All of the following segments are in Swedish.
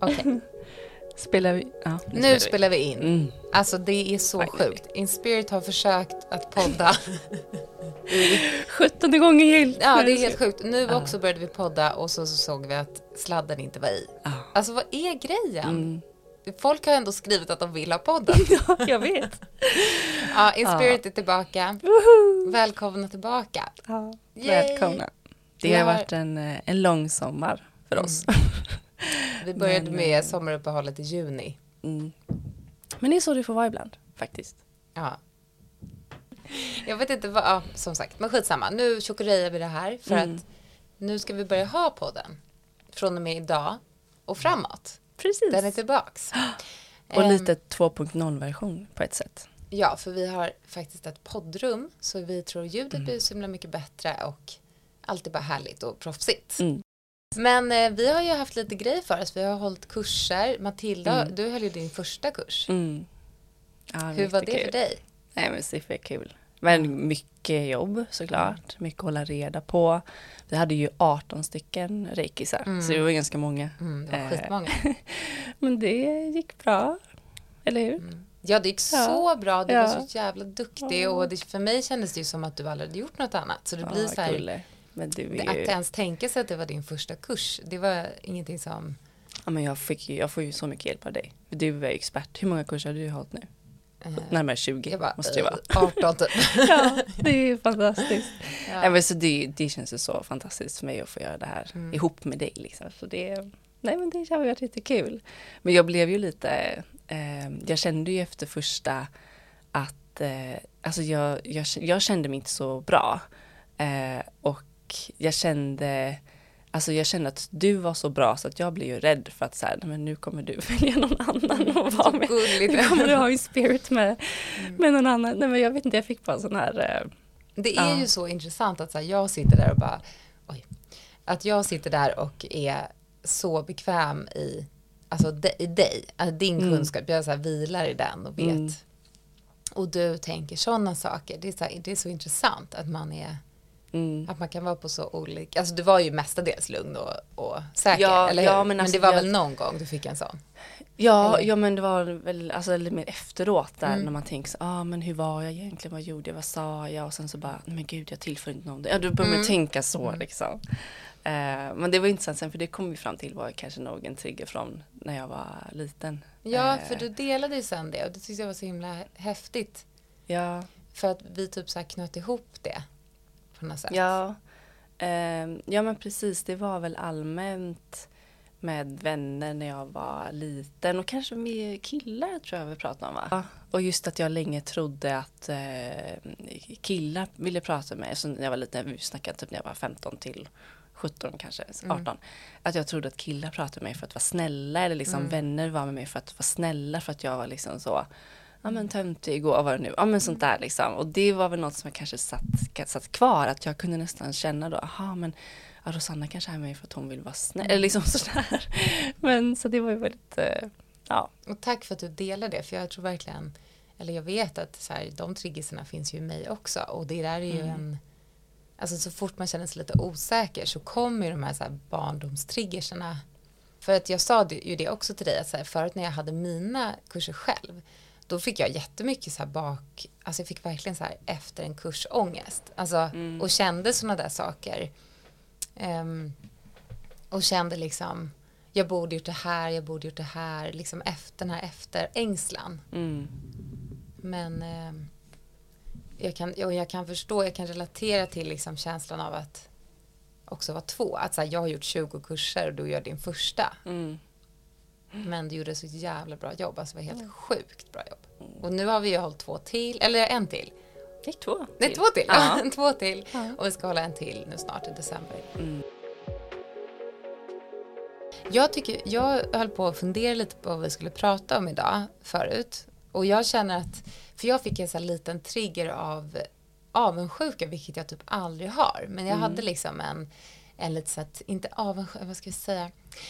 Okej. Spelar vi? Ja, Nu spelar vi in. Mm. Alltså det är så sjukt. Inspirit har försökt att podda. 17 gånger gillt. Ja, det är helt sjukt. Nu också började vi podda och så såg vi att sladden inte var i. Alltså vad är grejen? Folk har ändå skrivit att de vill ha podden. Ja, jag vet. Ja, Inspirit är tillbaka. Välkomna tillbaka. Ja, Yay. välkomna. Det har varit en lång sommar för oss. Vi började med sommaruppehållet i juni. Men det är så det får vara ibland, faktiskt. Ja. Jag vet inte vad, som sagt, men skitsamma. Nu chokorejar vi det här för att nu ska vi börja ha podden från och med idag och framåt. Precis. Den är tillbaks. Och lite 2.0-version på ett sätt. Ja, för vi har faktiskt ett poddrum så vi tror ljudet blir så himla mycket bättre och allt är bara härligt och proffsigt. Men vi har ju haft lite grejer för oss. Vi har hållit kurser. Matilda, du höll ju din första kurs. Ja, hur var det för dig? Nej, men superkul. Men mycket jobb såklart. Mycket att hålla reda på. Vi hade ju 18 stycken reikisar. Så det var ganska många. Det var skitmånga. Men det gick bra. Eller hur? Ja, det gick så bra. Du var så jävla duktig. Och det, för mig kändes det ju som att du aldrig hade gjort något annat. Så det blir så här... Men du är Att ens tänka sig att det var din första kurs. Det var ingenting som... Ja, men jag får ju så mycket hjälp av dig. Du är expert. Hur många kurser har du hållit nu? Närmare 20 jag bara, måste det vara. 18 typ. Ja, det är ju fantastiskt. Ja. Men så det känns ju så fantastiskt för mig att få göra det här ihop med dig. Liksom. Så det har varit jättekul. Men jag blev ju lite... jag kände ju efter första att... alltså jag kände mig inte så bra. Och jag kände att du var så bra så att jag blev ju rädd för att så här, men nu kommer du välja någon annan och vara med. Nu kommer du ha Inspirit med någon annan. Nej, men jag vet inte, jag fick bara sån här... Det är ju så intressant att så här, jag sitter där och bara... Att jag sitter där och är så bekväm i, alltså, i dig. Alltså, din kunskap, jag så här, vilar i den och vet. Och du tänker sådana saker. Det är så intressant att man är... Att man kan vara på så olika... Alltså du var ju mestadels lugn och säker, eller hur? Ja, men alltså, det var väl någon gång du fick en sån? Ja, men det var väl alltså, lite mer efteråt där när man tänker så, men hur var jag egentligen? Vad gjorde jag? Vad sa jag? Och sen så bara, men gud, jag tillför inte någon. Ja, då börjar man tänka så liksom. Men det var intressant sen, för det kom vi fram till var kanske nog en trigger från när jag var liten. Ja, för du delade ju sen det och det tyckte jag var så himla häftigt. Ja. För att vi typ så här knöt ihop det. Ja, men precis. Det var väl allmänt med vänner när jag var liten. Och kanske med killar tror jag vi pratade om, va? Ja. Och just att jag länge trodde att killar ville prata med mig. Så när jag var liten, vi snackade typ när jag var 15 till 17 kanske, 18. Att jag trodde att killar pratade med mig för att vara snälla. Eller liksom vänner var med mig för att vara snälla. För att jag var liksom så... Ja, men töntig och vad det nu. Ja, men sånt där liksom. Och det var väl något som jag kanske satt kvar. Att jag kunde nästan känna då, men Rosanna kanske är med mig för att hon vill vara snäll. Eller liksom sådär. Men så det var ju väldigt, ja. Och tack för att du delar det. För jag tror verkligen, eller jag vet att så här, de triggerserna finns ju i mig också. Och det där är ju en, alltså så fort man känner sig lite osäker så kommer ju de här, så här barndomstriggerserna. För att jag sa ju det också till dig. Att så här, förut när jag hade mina kurser själv. Då fick jag jättemycket så här alltså jag fick verkligen så här efter en kursångest. Alltså, och kände såna där saker. Och kände liksom, jag borde gjort det här. Liksom efter den här efterängslan. Men jag kan förstå, jag kan relatera till liksom känslan av att också vara två. Att så här, jag har gjort 20 kurser och du gör din första. Men du gjorde så jävla bra jobb. Alltså det var helt sjukt bra jobb. Och nu har vi ju hållit 2 till. Eller en till. Det är 2. Det är 2 till. Ja. 2 till. Och vi ska hålla en till nu snart i december. Jag höll på att fundera lite på vad vi skulle prata om idag förut. Och jag känner att, för jag fick en sån här liten trigger av avundsjuka, vilket jag typ aldrig har. Men jag hade liksom en lite så att, inte avundsjuka, vad ska vi säga?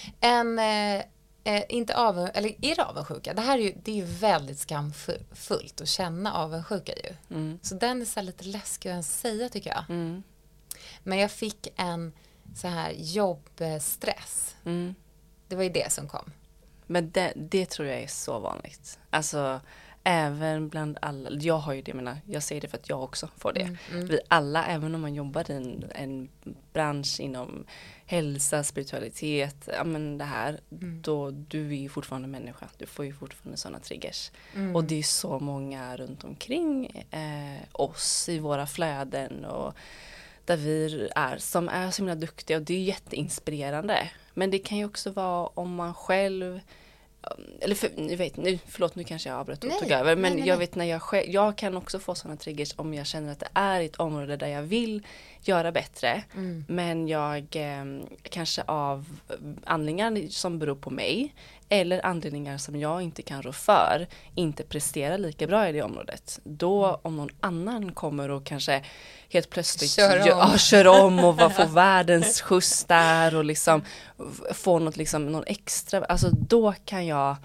Inte eller är det avundsjuka? Det är ju väldigt skamfullt att känna avundsjuka ju. Så den är så här lite läskig att säga, tycker jag. Men jag fick en så här jobbstress. Det var ju det som kom. Men det tror jag är så vanligt. Alltså även bland alla, jag har ju det, jag säger det för att jag också får det. Vi alla, även om man jobbar i en bransch inom hälsa, spiritualitet, ja men det här, då du är ju fortfarande människa. Du får ju fortfarande sådana triggers. Och det är så många runt omkring oss i våra flöden och där vi är, som är så himla duktiga, och det är jätteinspirerande. Men det kan ju också vara om man själv, eller förlåt, nu kanske jag avbröt och tog över, men nej. Jag vet när jag kan också få sådana triggers om jag känner att det är ett område där jag vill göra bättre, men jag kanske av anledningar som beror på mig eller anledningar som jag inte kan rå för, inte presterar lika bra i det området. Då om någon annan kommer och kanske helt plötsligt kör om och får världens skjuts där och liksom får något, liksom, någon extra, alltså då kan jag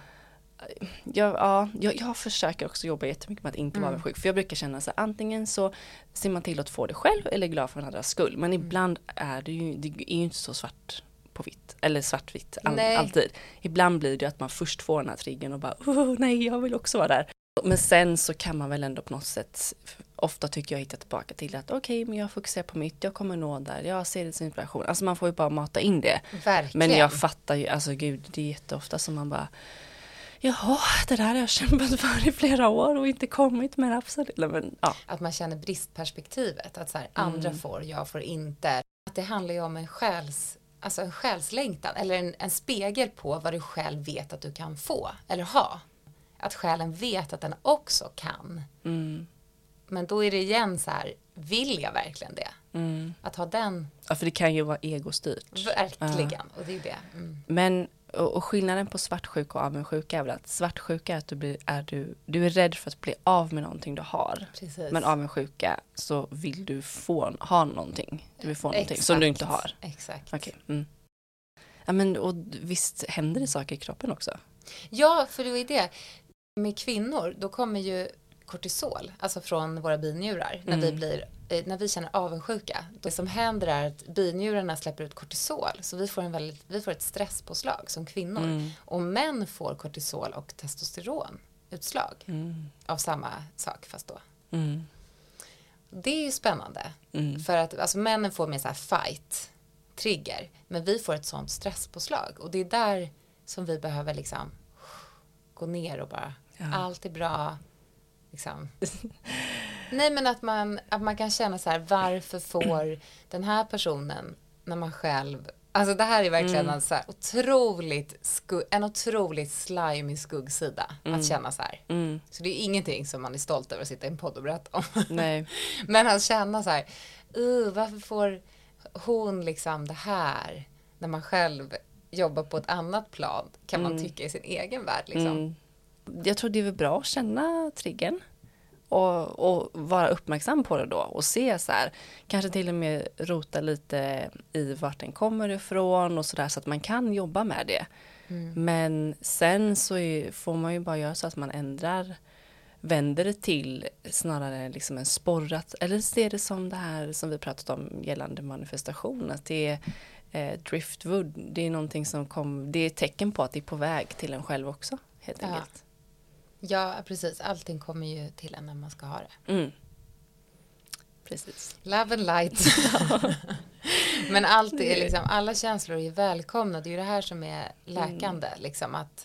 försöker också jobba jättemycket med att inte vara sjuk. För jag brukar känna så här, antingen så ser man till att få det själv eller är glad för andras skull. Men ibland är det är ju inte så svart på vitt. Eller svartvitt alltid. Ibland blir det att man först får den här triggern och bara, nej, jag vill också vara där. Men sen så kan man väl ändå på något sätt, ofta tycker jag hitta tillbaka till att okej, men jag fokuserar på mitt, jag kommer nå där, jag ser det som inspiration. Alltså man får ju bara mata in det. Verkligen. Men jag fattar ju, alltså gud, det är jätteofta som man bara, jaha, det där har jag kämpat för i flera år och inte kommit, men absolut. Men, ja. Att man känner bristperspektivet, att så här, andra får, jag får inte. Att det handlar ju om en själslängtan, eller en spegel på vad du själv vet att du kan få, eller ha. Att själen vet att den också kan. Men då är det igen så här, vill jag verkligen det? Att ha den. Ja, för det kan ju vara egostyrt. Verkligen, och det är det. Men, och skillnaden på svartsjuka och avundsjuka är väl att svartsjuka är att du är rädd för att bli av med någonting du har. Precis. Men avundsjuka så vill du ha någonting. Du vill få någonting som du inte har. Exakt. Okay. Ja, men och visst händer det saker i kroppen också? Ja, för det var ju det. Med kvinnor, då kommer ju kortisol, alltså från våra binjurar, när vi känner avundsjuka. Det som händer är att binjurarna släpper ut kortisol, så vi får ett stresspåslag som kvinnor. Och män får kortisol och testosteronutslag av samma sak, fast då. Det är ju spännande. För att alltså, männen får mer så här fight, trigger, men vi får ett sånt stresspåslag. Och det är där som vi behöver liksom gå ner och bara, allt är bra. Liksom. Nej, men att man kan känna så här, varför får den här personen när man själv, alltså det här är verkligen en så här otroligt slimy skuggsida att känna så här. Så det är ingenting som man är stolt över att sitta i en podd och berätta om. Nej. Men att känna så här, varför får hon liksom det här när man själv jobbar på ett annat plan, kan man tycka i sin egen värld liksom. Jag tror det är bra att känna triggern och vara uppmärksam på det då och se så här, kanske till och med rota lite i vart den kommer ifrån och sådär, så att man kan jobba med det. Men sen så får man ju bara göra så att man vänder det till snarare liksom en sporrat, eller ser det som det här som vi pratat om gällande manifestation, att det är driftwood, det är någonting det är ett tecken på att det är på väg till en själv också, helt enkelt. Ja, precis. Allting kommer ju till en när man ska ha det. Precis. Love and light. Men allt är liksom, alla känslor är välkomna. Det är ju det här som är läkande. Liksom att,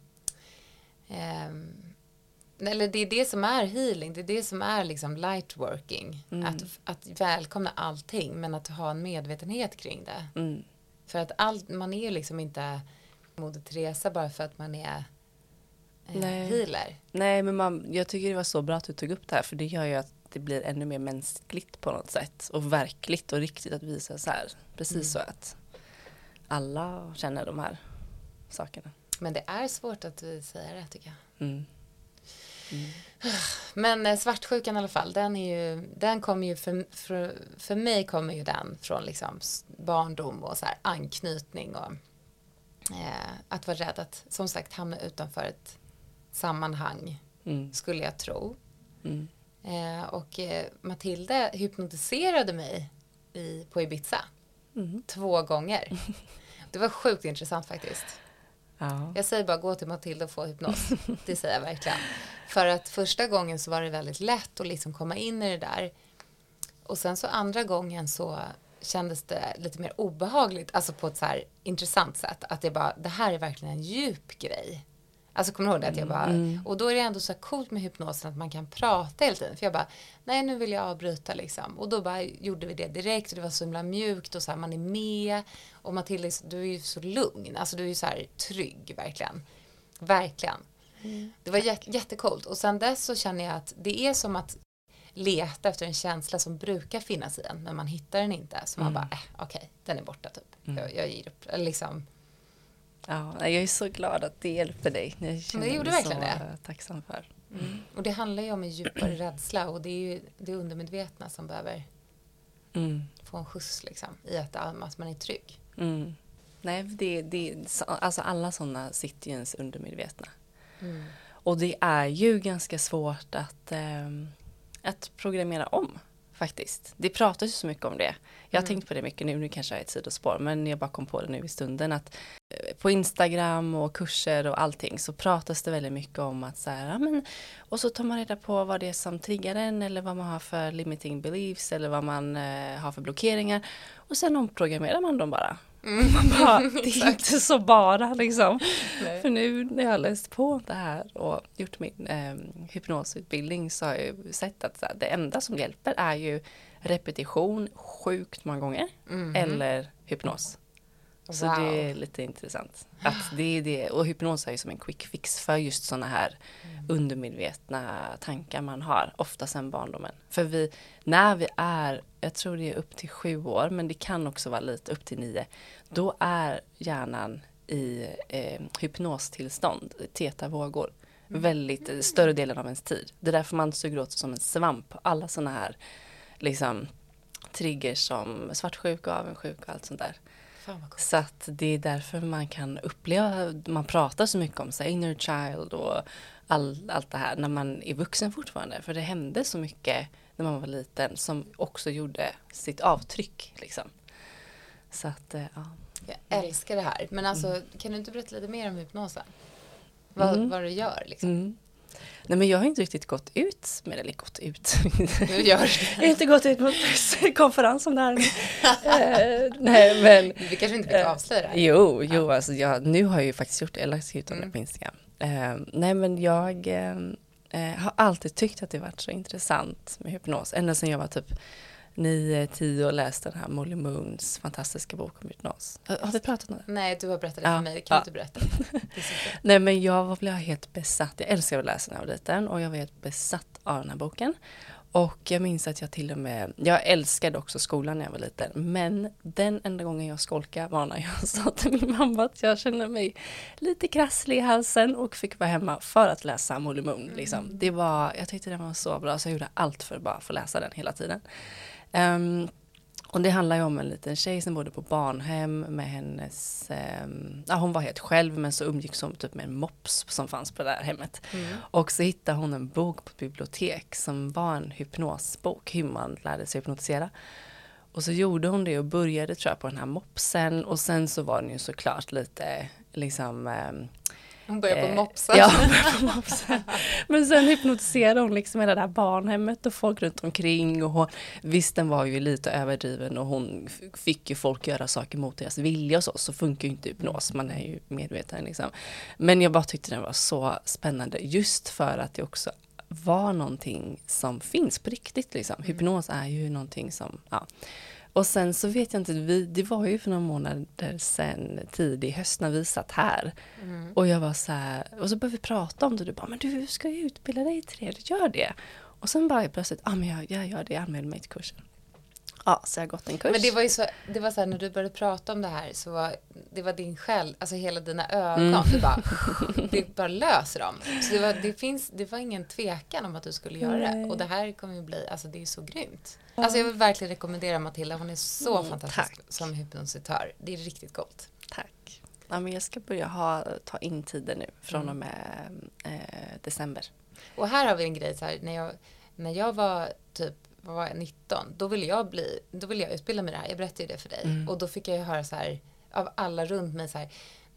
eller det är det som är healing. Det är det som är liksom lightworking. Att välkomna allting, men att ha en medvetenhet kring det. För att man är ju liksom inte Moder Teresa bara för att man är healer. Nej, men jag tycker det var så bra att du tog upp det här, för det gör ju att det blir ännu mer mänskligt på något sätt och verkligt och riktigt att visa så här, precis så att alla känner de här sakerna. Men det är svårt att säga det, tycker jag. Men svartsjukan i alla fall, den kommer ju för mig kommer ju den från liksom barndom och så här anknytning och att vara rädd att, som sagt, hamna utanför ett sammanhang, skulle jag tro. Och Matilda hypnotiserade mig på Ibiza 2 gånger. Det var sjukt intressant faktiskt. Ja. Jag säger bara gå till Matilda och få hypnos. Det säger jag verkligen. För att första gången så var det väldigt lätt att liksom komma in i det där. Och sen så andra gången så kändes det lite mer obehagligt. Alltså på ett så här intressant sätt. Att det här är verkligen en djup grej. Alltså kommer du ihåg det? Att jag bara, och då är det ändå så coolt med hypnosen att man kan prata hela tiden. För jag bara, nej nu vill jag avbryta liksom. Och då bara gjorde vi det direkt och det var så himla mjukt och så här, man är med. Och Matilda, du är ju så lugn. Alltså du är ju så här trygg verkligen. Verkligen. Det var jättecoolt. Och sen dess så känner jag att det är som att leta efter en känsla som brukar finnas i en. Men man hittar den inte. Så man bara, okej, den är borta typ. Jag ger upp. Eller liksom. Ja, jag är så glad att det hjälper dig. Jag känner det gjorde mig verkligen så det. Tacksam för. Och det handlar ju om en djupare rädsla. Och det är ju det undermedvetna som behöver få en skjuts liksom. I att man är trygg. Nej, alltså alla sådana sitter ju ens undermedvetna. Och det är ju ganska svårt att programmera om faktiskt. Det pratas ju så mycket om det. Jag har tänkt på det mycket nu kanske jag är ett sidospår, men jag bara kom på det nu i stunden att på Instagram och kurser och allting så pratas det väldigt mycket om att så här, och så tar man reda på vad det är som triggar en eller vad man har för limiting beliefs eller vad man har för blockeringar och sen omprogrammerar man dem bara. Man bara, det är inte så bara liksom. För nu när jag har läst på det här och gjort min hypnosutbildning så har jag ju sett att så här, det enda som hjälper är ju repetition sjukt många gånger eller hypnos. Så det är lite intressant. Att det är det. Och hypnos är ju som en quick fix för just sådana här undermedvetna tankar man har. Ofta sedan barndomen. För när vi är, jag tror det är upp till 7 år, men det kan också vara lite upp till 9. Då är hjärnan i hypnostillstånd, tetavågor. Väldigt större delen av ens tid. Det är därför man suger åt som en svamp. Alla sådana här liksom triggers som svartsjuka, avundsjuka och allt sånt där. Så att det är därför man kan uppleva, man pratar så mycket om så inner child och allt det här när man är vuxen fortfarande. För det hände så mycket när man var liten som också gjorde sitt avtryck liksom. Så att, ja. Jag älskar det här. Men alltså, kan du inte berätta lite mer om hypnosen? Vad du gör liksom? Nej, men jag har inte riktigt gått ut med det, eller gått ut. Nu gör det. Jag har inte gått ut mot konferens om det här. Nej, men vi kanske inte fick avslöja det. Jo, alltså nu har jag ju faktiskt gjort det, eller skrivit om det på Instagram. Nej, men jag har alltid tyckt att det varit så intressant med hypnos. Ända sedan jag var typ 9-10 och läste den här Molly Moons fantastiska bok om hypnos. Har vi pratat om det? Nej, du har berättat det för mig. Kan du inte berätta? Nej, men jag blev helt besatt. Jag älskar att läsa när jag var liten och jag var helt besatt av den här boken. Och jag minns att jag älskade också skolan när jag var liten. Men den enda gången jag skolkade var när jag sa till min mamma att jag kände mig lite krasslig i halsen och fick vara hemma för att läsa Molly Moon. Liksom. Jag tyckte den var så bra så jag gjorde allt för att bara få läsa den hela tiden. Och det handlar ju om en liten tjej som bodde på barnhem med hennes, hon var helt själv men så umgicks hon typ med en mops som fanns på det där hemmet. Och så hittade hon en bok på ett bibliotek som var en hypnosbok, hur man lärde sig hypnotisera. Och så gjorde hon det och började tror jag på den här mopsen och sen så var den ju såklart lite liksom... Hon började på mopsen. Ja, hon började på mopsen. Men sen hypnotiserade hon liksom hela det här barnhemmet och folk runt omkring. Och visst, den var ju lite överdriven och hon fick ju folk göra saker mot deras vilja och så funkar ju inte hypnos. Man är ju medveten liksom. Men jag bara tyckte den var så spännande just för att det också var någonting som finns på riktigt liksom. Hypnos är ju någonting som, ja. Och sen så vet jag inte, det var ju för några månader sen tidig höst när vi satt här. Och jag var så här, och så började vi prata om det. Du bara, men du ska ju utbilda dig till det, du gör det. Och sen bara plötsligt, men jag gör det, jag anmälde mig till kursen. Ja, så jag har gått en kurs. Men det var så här, när du började prata om det här så det var din själ, alltså hela dina ögon, det bara löser dem. Så det var ingen tvekan om att du skulle göra det. Och det här kommer ju bli, alltså det är så grymt. Alltså jag vill verkligen rekommendera Matilda, hon är så fantastisk som hypnositör. Det är riktigt gott. Tack. Ja, men jag ska börja ta in tiden nu från och med december. Och här har vi en grej så här, när jag var typ var jag 19, då ville jag utbilda mig det här. Jag berättade ju det för dig. Och då fick jag ju höra så här av alla runt mig så här,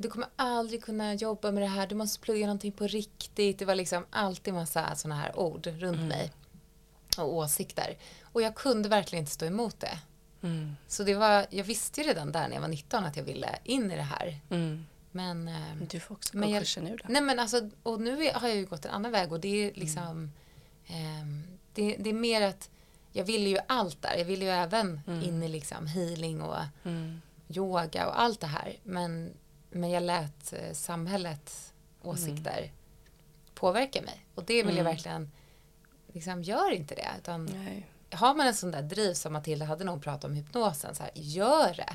du kommer aldrig kunna jobba med det här, du måste plugga någonting på riktigt. Det var liksom alltid massa såna här ord runt mig och åsikter. Och jag kunde verkligen inte stå emot det. Så jag visste ju redan där när jag var 19 att jag ville in i det här. Men du får också gå kursen nu då. Nej, men alltså, och nu har jag ju gått en annan väg och det är liksom det är mer att jag ville ju allt där. Jag ville ju även in i liksom healing och yoga och allt det här. Men jag lät samhällets åsikter påverka mig. Och det vill jag verkligen liksom, gör inte det. Utan har man en sån där driv som Matilda hade när hon pratade om hypnosen. Så här, gör det.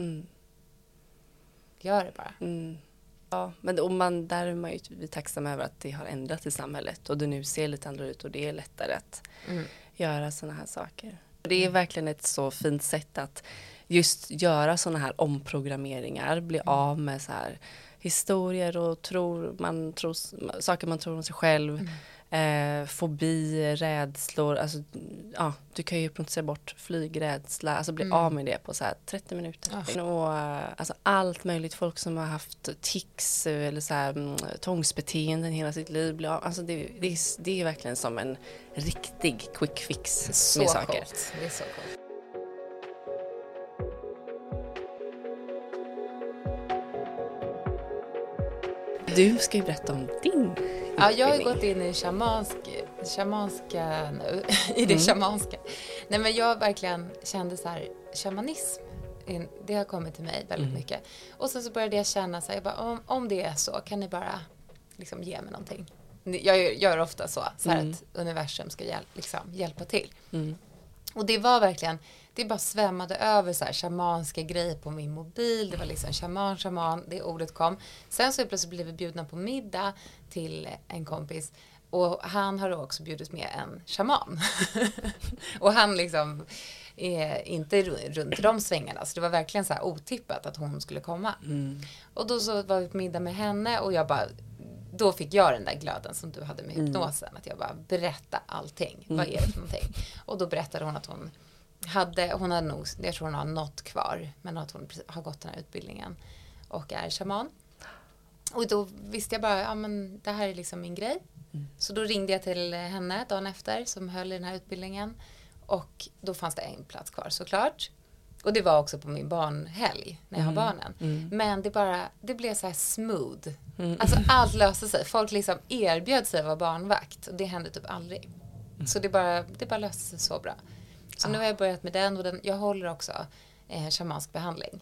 Gör det bara. Ja, men där är man ju tacksam över att det har ändrat i samhället. Och det nu ser lite annorlunda ut och det är lättare att göra såna här saker. Det är verkligen ett så fint sätt att just göra såna här omprogrammeringar. Bli av med så här historier och saker man tror om sig själv. Fobi, rädslor. Alltså, ja, du kan ju hypnotisera bort flygrädsla. Alltså bli av med det på så här 30 minuter. Och, alltså, allt möjligt. Folk som har haft tics eller så här, tvångsbeteenden hela sitt liv. Bli av. Alltså, det är verkligen som en riktig quick fix med saker. Coolt. Det är så coolt. Du ska ju berätta om din. Ja, jag har gått in i shamanska nu. I det shamanska. Nej, men jag verkligen kände så här, shamanism. Det har kommit till mig väldigt mycket. Och sen så började jag känna så här, jag bara, om det är så, kan ni bara liksom ge mig någonting. Jag gör ofta så här att universum ska hjälpa till. Och det var verkligen, det bara svämmade över så här shamanska grejer på min mobil. Det var liksom shaman, det ordet kom. Sen så plötsligt blev vi bjudna på middag till en kompis. Och han har också bjudit med en shaman. Och han liksom är inte runt de svängarna. Så det var verkligen så här otippat att hon skulle komma. Och då så var vi på middag med henne och jag bara... Då fick jag den där glöden som du hade med hypnosen. Att jag bara berätta allting. Vad är det för någonting? Och då berättade hon att hon hade nog, jag tror hon har något kvar. Men att hon har gått den här utbildningen. Och är shaman. Och då visste jag bara, ja men det här är liksom min grej. Så då ringde jag till henne dagen efter som höll i den här utbildningen. Och då fanns det en plats kvar såklart. Och det var också på min barnhelg när jag har barnen. Men det blev så här smooth. Alltså allt löste sig. Folk liksom erbjöd sig att vara barnvakt. Och det hände typ aldrig. Så det bara löste sig så bra. Så nu har jag börjat med den. Och jag håller också shamansk behandling.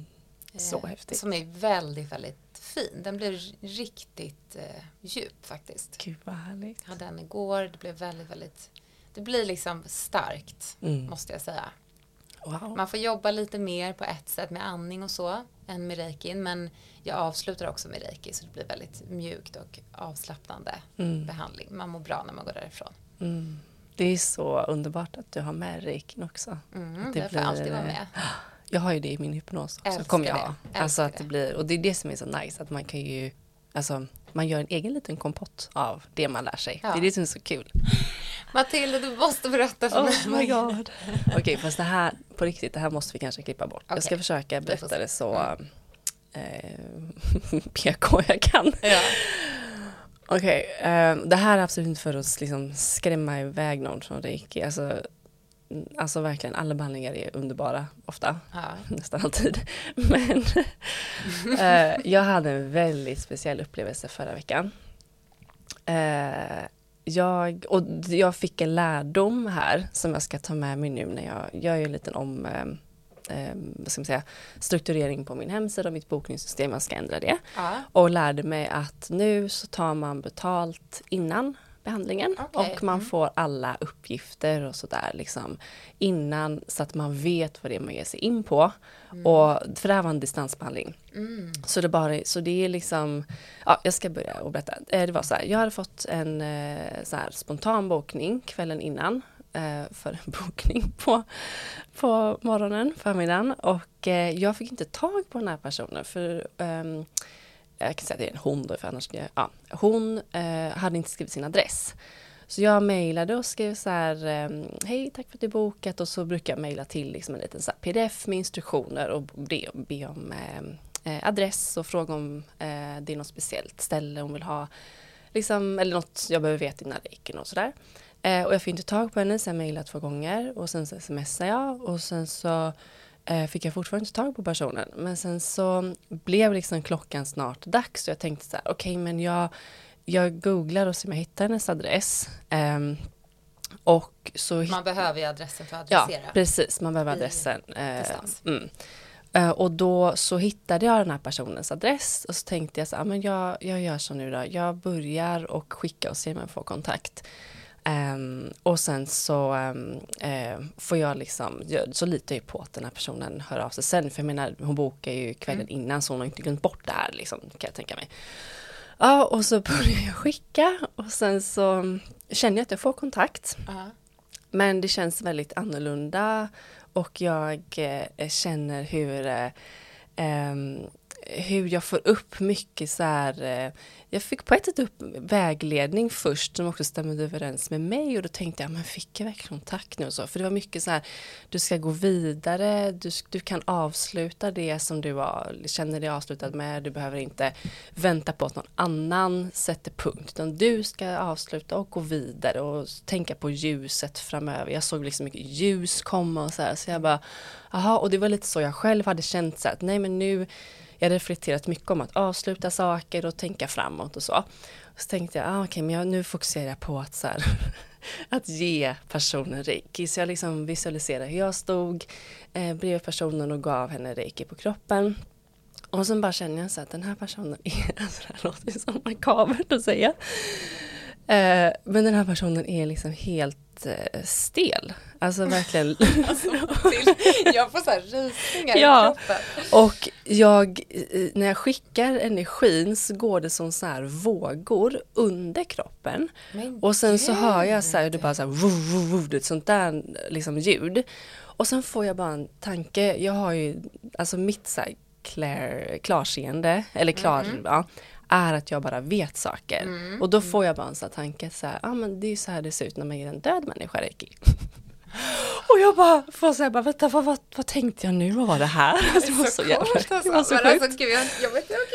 Så häftigt. Som är väldigt, väldigt fin. Den blev riktigt djup faktiskt. Gud vad härligt. Jag hade den igår. Det blev väldigt, väldigt... Det blir liksom starkt, måste jag säga. Wow. Man får jobba lite mer på ett sätt med andning och så än med reikin. Men jag avslutar också med reiki så det blir väldigt mjukt och avslappnande behandling. Man mår bra när man går därifrån. Det är så underbart att du har med reikin också. Det får alltid vara med. Jag har ju det i min hypnos också. Älskar Kommer jag det. ha. Alltså att det blir, och det är det som är så nice. Att man kan ju, alltså man gör en egen liten kompott av det man lär sig. Ja. Det är det som är så kul. Matilda, du måste berätta för mig. Oh my god. Okej, fast det här, på riktigt, det här måste vi kanske klippa bort. Jag ska försöka berätta det så PK jag kan. Ja. Okej, det här är absolut inte för att liksom skrämma iväg någon från reiki. Alltså verkligen, alla behandlingar är underbara ofta, nästan alltid. Men jag hade en väldigt speciell upplevelse förra veckan. Jag fick en lärdom här som jag ska ta med mig nu när jag gör en liten strukturering på min hemsida och mitt bokningssystem. Jag ska ändra det. Och lärde mig att nu så tar man betalt innan behandlingen och man får alla uppgifter och sådär liksom innan så att man vet vad det är man ger sig in på. Och för det här var en distansbehandling. Så det är liksom, ja, jag ska börja och berätta. Det var så här, jag hade fått en så här spontan bokning kvällen innan för en bokning på morgonen, förmiddagen, och jag fick inte tag på den här personen för jag kan säga att det är en hon då, för annars hon hade inte skrivit sin adress. Så jag mejlade och skrev så här, hej, tack för att du bokat, och så brukar jag mejla till liksom en liten så här pdf med instruktioner och be om adress och fråga om det är något speciellt ställe hon vill ha. Liksom, eller något jag behöver veta innan reiki och sådär. Och jag fick inte tag på henne, så jag mejlade 2 gånger och sen så smsade jag och sen så fick jag fortfarande inte tag på personen. Men sen så blev liksom klockan snart dags och jag tänkte så här, okej, men jag googlar och ser om jag hittar hennes adress. Och så man behöver ju adressen för att adressera. Ja, precis. Man behöver adressen. Och då så hittade jag den här personens adress och så tänkte jag så här, men jag gör så nu då. Jag börjar och skicka och se om jag får kontakt. Och sen så får jag liksom, så litar jag på att den här personen hör av sig sen. För jag menar, hon bokar ju kvällen innan så hon har inte glömt bort det här liksom, kan jag tänka mig. Ja, och så börjar jag skicka och sen så känner jag att jag får kontakt. Men det känns väldigt annorlunda och jag känner hur jag får upp mycket så här. Jag fick på ett sätt upp vägledning först som också stämde överens med mig och då tänkte jag, men fick jag verkligen kontakt nu och så? För det var mycket så här, du ska gå vidare, du kan avsluta det som du känner dig avslutad med, du behöver inte vänta på att någon annan sätter punkt, utan du ska avsluta och gå vidare och tänka på ljuset framöver. Jag såg liksom mycket ljus komma och så jag bara, aha, och det var lite så jag själv hade känt så att nej men nu, jag hade reflekterat mycket om att avsluta saker och tänka framåt och så. Så tänkte jag, okej, men nu fokuserar jag på att, så här, att ge personen reiki. Så jag liksom visualiserade hur jag stod bredvid personen och gav henne reiki på kroppen. Och sen bara känner jag så att den här personen är, alltså det här låter som makabert att säga. Men den här personen är liksom helt stel. Alltså verkligen. Jag får så här rysningar i kroppen. Och när jag skickar energin så går det som så här vågor under kroppen. Och sen så hör jag så här, det bara så här, ett sånt där liksom ljud. Och sen får jag bara en tanke. Jag har ju, alltså mitt så här klarseende, eller är att jag bara vet saker. Och då får jag bara en sån här tanke så här, men det är ju så här det ser ut när man ger en död människa reiki. Och jag bara får säga, vänta, vad tänkte jag nu? Vad var det här? Det var så jävla. Det var så sjukt. Jag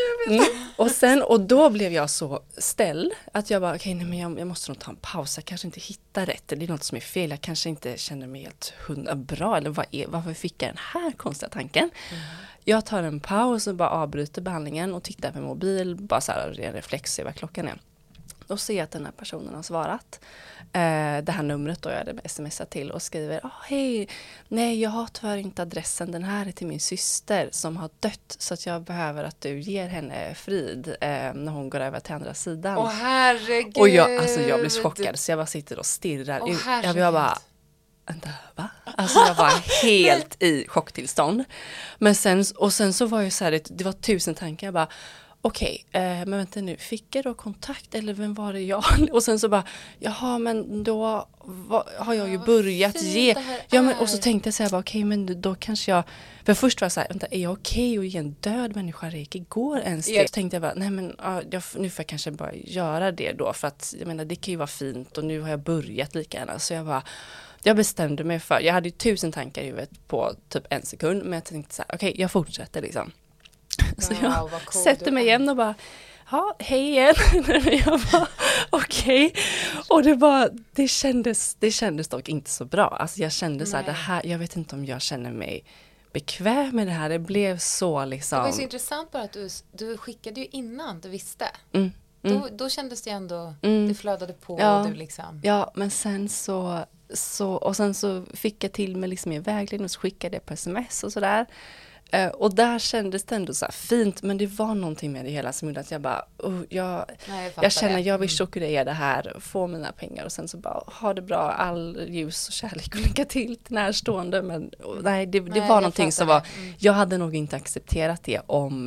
vet. Och då blev jag så ställd att jag bara, okej, nej, men jag måste nog ta en paus. Jag kanske inte hittar rätt. Det är något som är fel. Jag kanske inte känner mig helt bra. Eller varför fick jag den här konstiga tanken? Jag tar en paus och bara avbryter behandlingen och tittar på mobil. Bara så här, en reflex, se vad klockan är. Och ser att den här personen har svarat. Det här numret då jag hade smsat till och skriver, hej, nej jag har tyvärr inte adressen, den här är till min syster som har dött så att jag behöver att du ger henne frid när hon går över till andra sidan. Åh herregud! Och jag blev chockad så jag bara sitter och stirrar ut. Jag bara, vänta, va? Alltså jag var helt i chocktillstånd. Men sen så var ju så här, det var 1000 tankar, jag bara, okej, men vänta nu, fick jag då kontakt eller vem var det jag? Och sen så bara, jaha, men då har jag ju börjat ge. Ja, men, och så tänkte jag så här, okej, men då kanske jag, för först var jag så här, vänta, är jag okej att ge en död människa reiki? Går ens det? Så tänkte jag bara, nej men nu får jag kanske bara göra det då, för att jag menar, det kan ju vara fint och nu har jag börjat lika gärna. Så jag bestämde mig för, jag hade ju 1000 tankar i huvudet på typ 1 sekund, men jag tänkte så här, okej, jag fortsätter liksom. Så jag sätter mig igen och bara, hej igen. Jag bara, okej. Och det kändes dock inte så bra. Alltså jag kände så här, det här, jag vet inte om jag känner mig bekväm med det här. Det blev så liksom. Det var ju så intressant bara att du skickade ju innan du visste. Då kändes det ändå, det flödade på och du liksom. Ja, men sen så fick jag till mig liksom i vägledning och så skickade jag på sms och sådär. Och där kändes det ändå så här fint, men det var någonting med det hela som gjorde att jag bara, jag känner jag vill chockera det här, få mina pengar och sen så bara, ha det bra, all ljus och kärlek och lycka till närstående, men det var någonting som var, jag hade nog inte accepterat det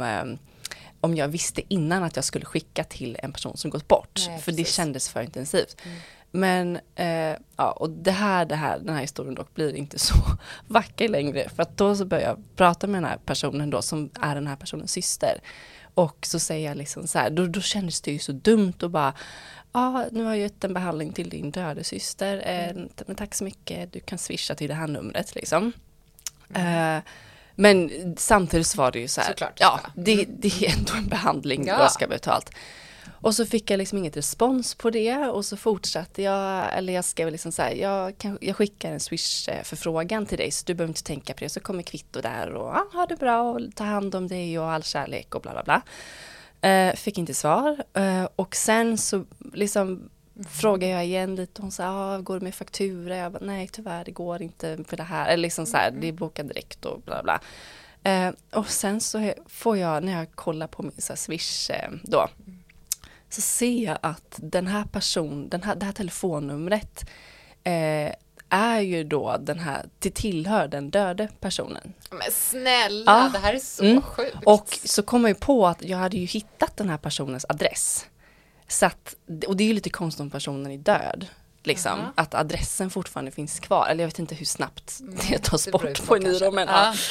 om jag visste innan att jag skulle skicka till en person som gått bort, för det kändes för intensivt. Men och den här historien dock blir inte så vacker längre, för att då så börjar jag prata med den här personen då som är den här personens syster, och så säger jag liksom så här, då kändes det ju så dumt och bara, nu har jag gett en behandling till din döda syster, men tack så mycket, du kan swisha till det här numret liksom. Men samtidigt så var det ju så här, Såklart. det är ändå en behandling, Ja. jag ska betalt. Och så fick jag liksom inget respons på det och så fortsatte jag skrev liksom så här, jag skickar en Swish-förfrågan till dig så du behöver inte tänka på det, så kommer kvitto där och ha det bra och ta hand om dig och all kärlek och bla bla bla. Fick inte svar och sen så liksom frågade jag igen lite och hon sa, går det med faktura? Jag bara, nej tyvärr det går inte för det här, eller liksom så här, det är bokat direkt och bla bla. Och sen så får jag, när jag kollar på min så här, Swish då, så ser jag att den här det här telefonnumret är ju då tillhör den döde personen. Men snälla, det här är så sjukt. Och så kom jag ju på att jag hade ju hittat den här personens adress. Så att, och det är ju lite konstigt om personen är död. Liksom, att adressen fortfarande finns kvar. Eller jag vet inte hur snabbt det tas bort på en ny rom.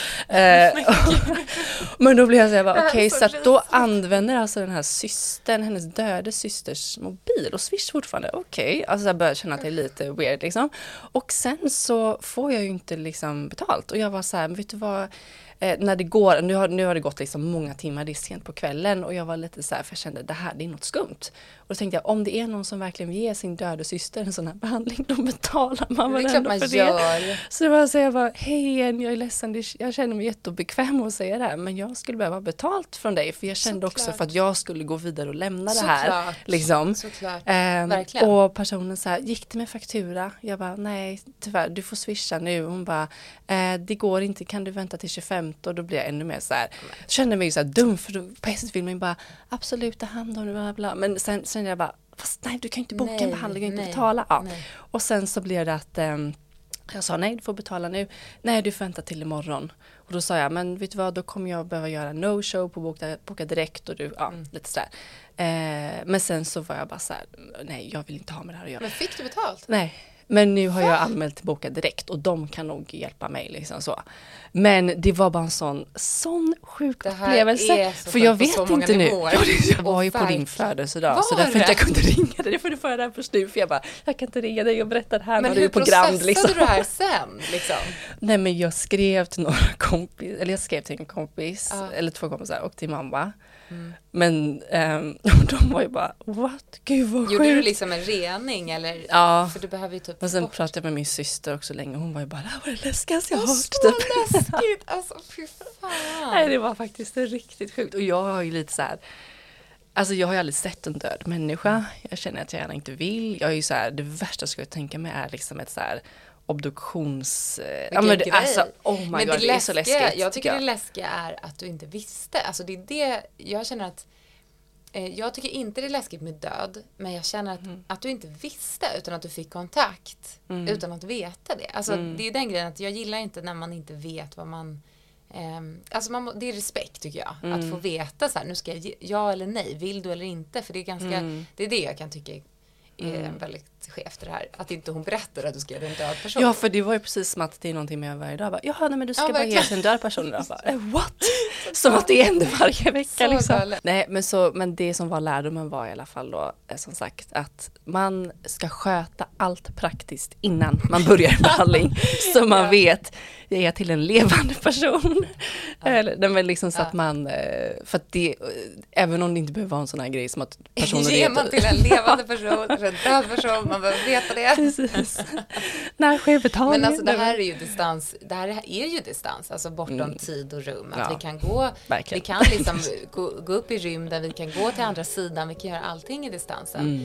Men då blir jag så här, okej, så att då använder alltså den här systern, hennes döde systers mobil och Swish fortfarande. Okej, alltså jag börjar känna att det är lite weird liksom. Och sen så får jag ju inte liksom betalt. Och jag var så här, vet du vad, när det går, nu har det gått liksom många timmar, det är sent på kvällen och jag var lite så här, för jag kände det är något skumt. Och då tänkte jag, om det är någon som verkligen vill ge sin döda syster en sån här behandling, då betalar man väl ändå för det. Så det var så jag bara, hej igen, jag är ledsen, jag känner mig jättebekväm att säga det här, men jag skulle behöva betalt från dig, för jag kände också för att jag skulle gå vidare och lämna det här. Liksom. Och personen så här, gick det med faktura? Jag bara, nej tyvärr, du får swisha nu. Hon bara, det går inte, kan du vänta till 25? Och då blir jag ännu mer så här, kände mig ju så här dum, för då, på ett sätt vill man ju bara absolut ta hand om det, bla bla. Men sen jag bara, fast nej, du kan inte boka en behandling och inte betala. Ja. Och sen så blev det att jag sa nej, du får betala nu. Nej, du får vänta till imorgon. Och då sa jag, men vet du vad, då kommer jag behöva göra no-show på boka direkt och du, lite sådär. Men sen så var jag bara så här, nej, jag vill inte ha med det här att göra. Men fick du betalt? Nej. Men nu har jag anmält till Boka Direkt och de kan nog hjälpa mig liksom så. Men det var bara en sån sjuk upplevelse. För jag vet inte nu. Jag var ju på din födelsedag så därför inte jag kunde ringa dig. Det får du få där först nu. För jag bara, jag kan inte ringa dig och berätta det här. Men hur processade du det här sen? Liksom? Nej, men jag skrev till några kompis. Eller jag skrev till en kompis. Eller 2 kompisar och till mamma. Men de var ju bara, what? Gud vad sjukt. Gjorde du liksom en rening eller? Ja. För du behöver ju typ och sen pratade jag med min syster också länge. Hon var ju bara, det här var det läskigaste jag har hört. Så läskigt, alltså fy fan. Nej, det var faktiskt riktigt sjukt. Och jag har ju lite så här, alltså jag har ju aldrig sett en död människa. Jag känner att jag gärna inte vill. Jag är ju så här, det värsta jag skulle tänka mig är liksom ett så här obduktions... alltså, oh my god, det är så läskigt. Jag tycker det läskiga är att du inte visste. Alltså det är det, jag känner att jag tycker inte det är läskigt med död, men jag känner att du inte visste utan att du fick kontakt utan att veta det. Alltså det är den grejen att jag gillar inte när man inte vet vad man... alltså det är respekt tycker jag. Att få veta så här, nu ska jag ja eller nej, vill du eller inte? För det är ganska, det är det jag kan tycka är väldigt skevt det här. Att inte hon berättar att du ska ge en död person. Ja, för det var ju precis som att det är någonting med varje dag. Jaha, nej men du ska bara ge en död person. What? Som att det händer varje vecka liksom. Nej, men det som var lärdomen var i alla fall då, som sagt, att man ska sköta allt praktiskt innan man börjar behandling. Så man vet, jag är till en levande person. Eller, men liksom så att man, för att det, även om det inte behöver vara en sån här grej som att personen ger man till en levande person, en död person, man behöver veta det. Precis. När sker betalning? Men alltså det här är ju distans, alltså bortom tid och rum. Att vi kan gå, vi kan liksom gå upp i rymden, vi kan gå till andra sidan, vi kan göra allting i distansen.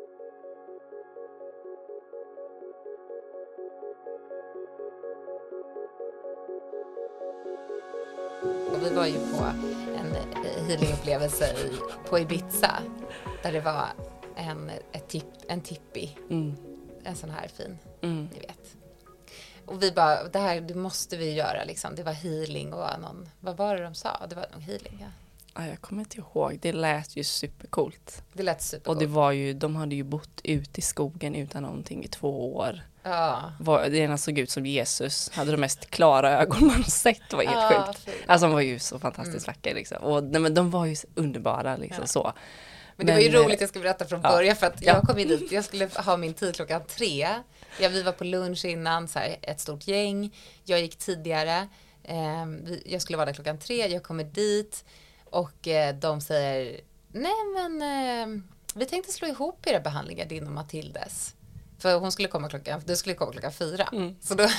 Och vi var ju på en healingupplevelse på Ibiza där det var en tippi. En sån här fin, ni vet. Och vi bara, det måste vi göra liksom. Det var healing och vad var det de sa? Det var nog healing, ja. Jag kommer inte ihåg. Det lät ju supercoolt. Det lät supercoolt. Och det var ju, de hade ju bott ute i skogen utan någonting i 2 år. Ja. Det ena såg ut som Jesus. Hade de mest klara ögon man sett. Det var helt sjukt. Fint. Alltså de var ju så fantastiskt vackra liksom. Och men de var ju underbara liksom så. Men det var ju roligt, jag ska berätta från början för att jag kom in dit, jag skulle ha min tid 3:00. Vi var på lunch innan, så här, ett stort gäng. Jag gick tidigare Jag skulle vara där 3:00, jag kommer dit och de säger, nej men vi tänkte slå ihop era behandlingar, din och Matildes. För hon skulle komma klockan 4. Så då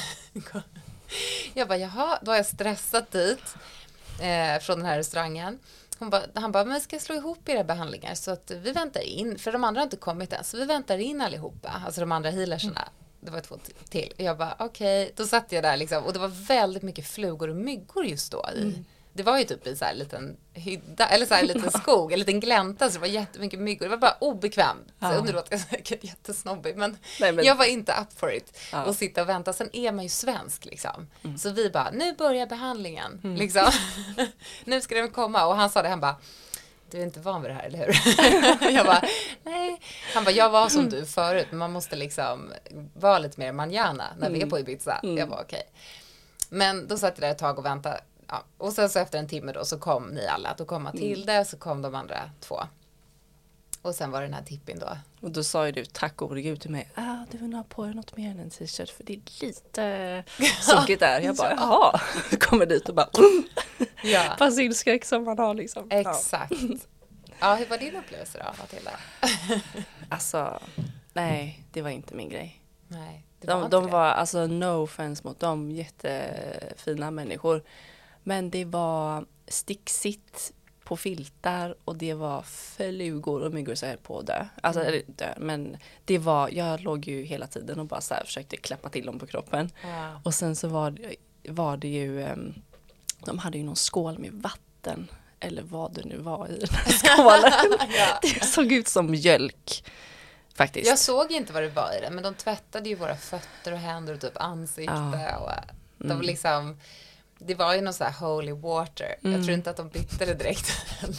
jag bara, jaha, då har jag stressat dit från den här restaurangen. Han bara, men ska slå ihop era behandlingar så att vi väntar in, för de andra har inte kommit än, så vi väntar in allihopa, alltså de andra healerserna. Det var 2 till. Jag bara, okej. Då satt jag där liksom, och det var väldigt mycket flugor och myggor just då. Det var ju typ i så här en liten hydda, eller så här en liten skog, en liten glänta, så det var jättemycket myggor. Det var bara obekvämt. Så jag undrar att jag säkert jättesnobbig, men jag var inte up for it. Och sitta och vänta. Sen är man ju svensk liksom. Så vi bara, nu börjar behandlingen. Liksom. Nu ska den komma. Och han sa det, han bara, du är inte van vid det här, eller hur? Jag bara, nej. Han bara, jag var som du förut, men man måste liksom vara lite mer manjana när vi är på Ibiza. Jag var okej. Men då satt jag där ett tag och väntade. Ja. Och sen så efter en timme då så kom ni alla. Då kom Matilda och så kom de andra 2. Och sen var det den här tippin då. Och då sa ju du, tack och gud till mig, du vill ha på dig något mer än en t-shirt för det är lite sunkigt där. Jag bara, jaha. Kommer dit och bara, basilskräck som man har liksom. Exakt. Ja, hur var din upplevelse då, Matilda? Alltså, nej, det var inte min grej. Nej, de var, alltså no offense mot dem, jättefina människor. Men det var sticksigt på filtar och det var flugor och myggor så här på att dö. Alltså eller dö, men det var, jag låg ju hela tiden och bara så här försökte klappa till dem på kroppen. Wow. Och sen så var det ju, de hade ju någon skål med vatten eller vad det nu var i den här skålen. Det såg ut som mjölk. Faktiskt. Jag såg inte vad det var i det, men de tvättade ju våra fötter och händer och typ ansikte och de liksom, det var ju någon så här holy water. Jag tror inte att de bytte det direkt.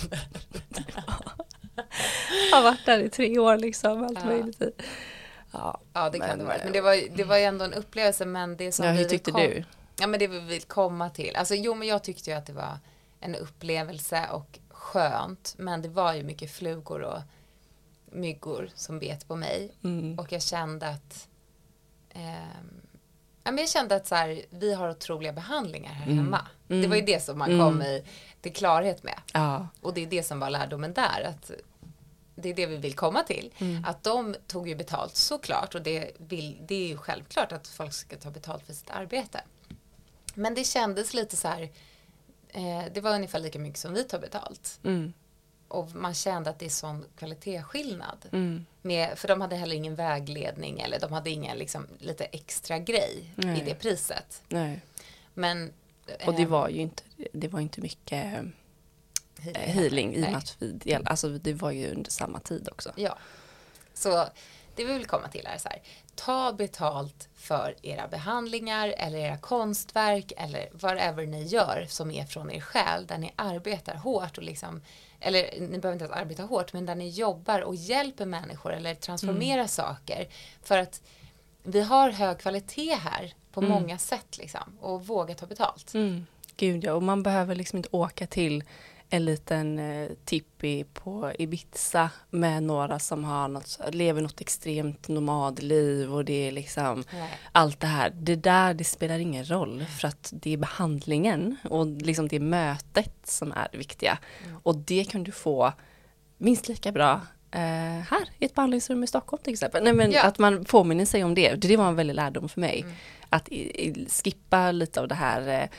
Jag har varit där i 3 år liksom, allt möjligt. Ja, det kan det vara. Men det var ju ändå en upplevelse, men det som hur tyckte du? Ja, men det vi vill komma till. Alltså men jag tyckte ju att det var en upplevelse och skönt, men det var ju mycket flugor och myggor som bet på mig. Och jag kände att så här, vi har otroliga behandlingar här hemma. Det var ju det som man kom till klarhet med. Och det är det som var lärdomen där, att det är det vi vill komma till. Att de tog ju betalt såklart, och det är ju självklart att folk ska ta betalt för sitt arbete. Men det kändes lite så här, det var ungefär lika mycket som vi tar betalt. Och man kände att det är sån kvalitetsskillnad. För de hade heller ingen vägledning, eller de hade ingen liksom, lite extra grej i det priset. Nej. Men, och det var ju inte mycket healing i och med att alltså det var ju under samma tid också. Ja, så det vi vill komma till är så här, ta betalt för era behandlingar eller era konstverk eller whatever ni gör som är från er själ, där ni arbetar hårt och liksom, eller ni behöver inte ens arbeta hårt, men där ni jobbar och hjälper människor eller transformerar saker, för att vi har hög kvalitet här på många sätt liksom, och våga ta betalt. Gud ja, och man behöver liksom inte åka till en liten tippi på Ibiza med några som lever något extremt nomadliv och det är liksom allt det här. Det spelar ingen roll, för att det är behandlingen och liksom det mötet som är det viktiga. Och det kan du få minst lika bra här i ett behandlingsrum i Stockholm till exempel. Nej, men att man påminner sig om det. Det var en väldigt lärdom för mig. Att skippa lite av det här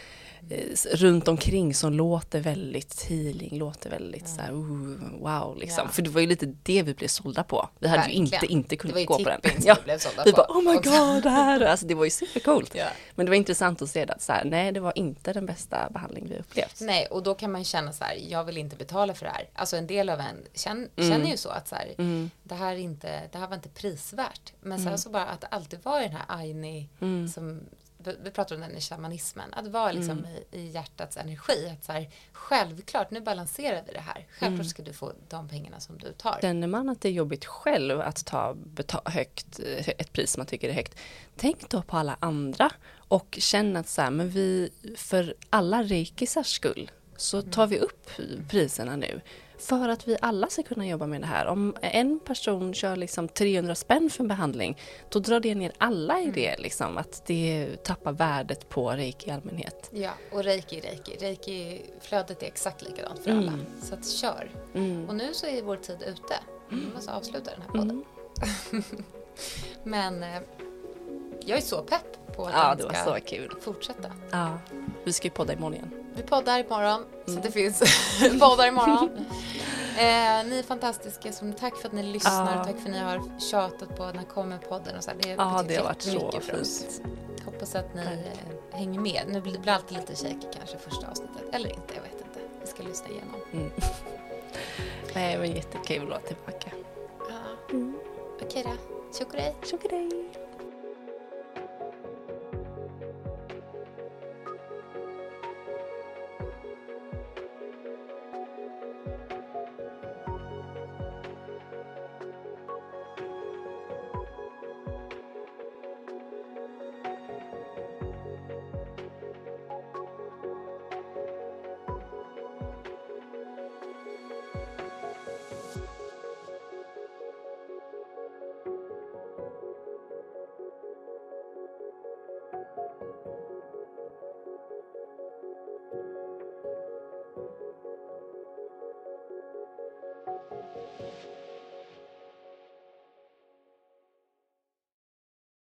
runt omkring som låter väldigt healing, låter väldigt så här, wow liksom. För det var ju lite det vi blev sålda på. Vi hade ju inte kunnat gå på den. Vi bara, oh my god, det här. Alltså det var ju supercoolt. Men det var intressant att se det, så här, nej, det var inte den bästa behandling vi upplevt. Nej, och då kan man känna så här, jag vill inte betala för det här. Alltså en del av en känner ju så att så här, det här var inte prisvärt. Men sen så bara att det alltid var den här Aini som vi pratar om den i shamanismen, att vara liksom i hjärtats energi, att så här, självklart, nu balanserar vi det här, självklart ska du få de pengarna som du tar. Känner man att det är jobbigt själv att ta högt, ett pris man tycker är högt, tänk då på alla andra och känn att så här, men vi, för alla reikisars skull så tar vi upp priserna nu. för att vi alla ska kunna jobba med det här. Om en person kör liksom 300 spänn för en behandling, då drar det ner alla i det liksom, att det tappar värdet på reiki i allmänhet. Ja, och reiki-flödet är exakt likadant för alla, så att kör. Och nu så är vår tid ute. Vi måste avsluta den här podden. Men jag är så pepp på att det var så kul. Fortsätta. Ja, vi ska ju podda imorgon igen. Vi poddar imorgon, så det finns poddar imorgon. Ni är fantastiska, tack för att ni lyssnar, tack för att ni har tjatat på när kommer podden och så här. Det har varit så för oss. Hoppas att ni hänger med. Nu blir det alltid lite shaky kanske första avsnittet, eller inte, jag vet inte. Vi ska lyssna igenom. Nej, men jättekul att vara tillbaka. Ja. Okej då. Tjock och dig.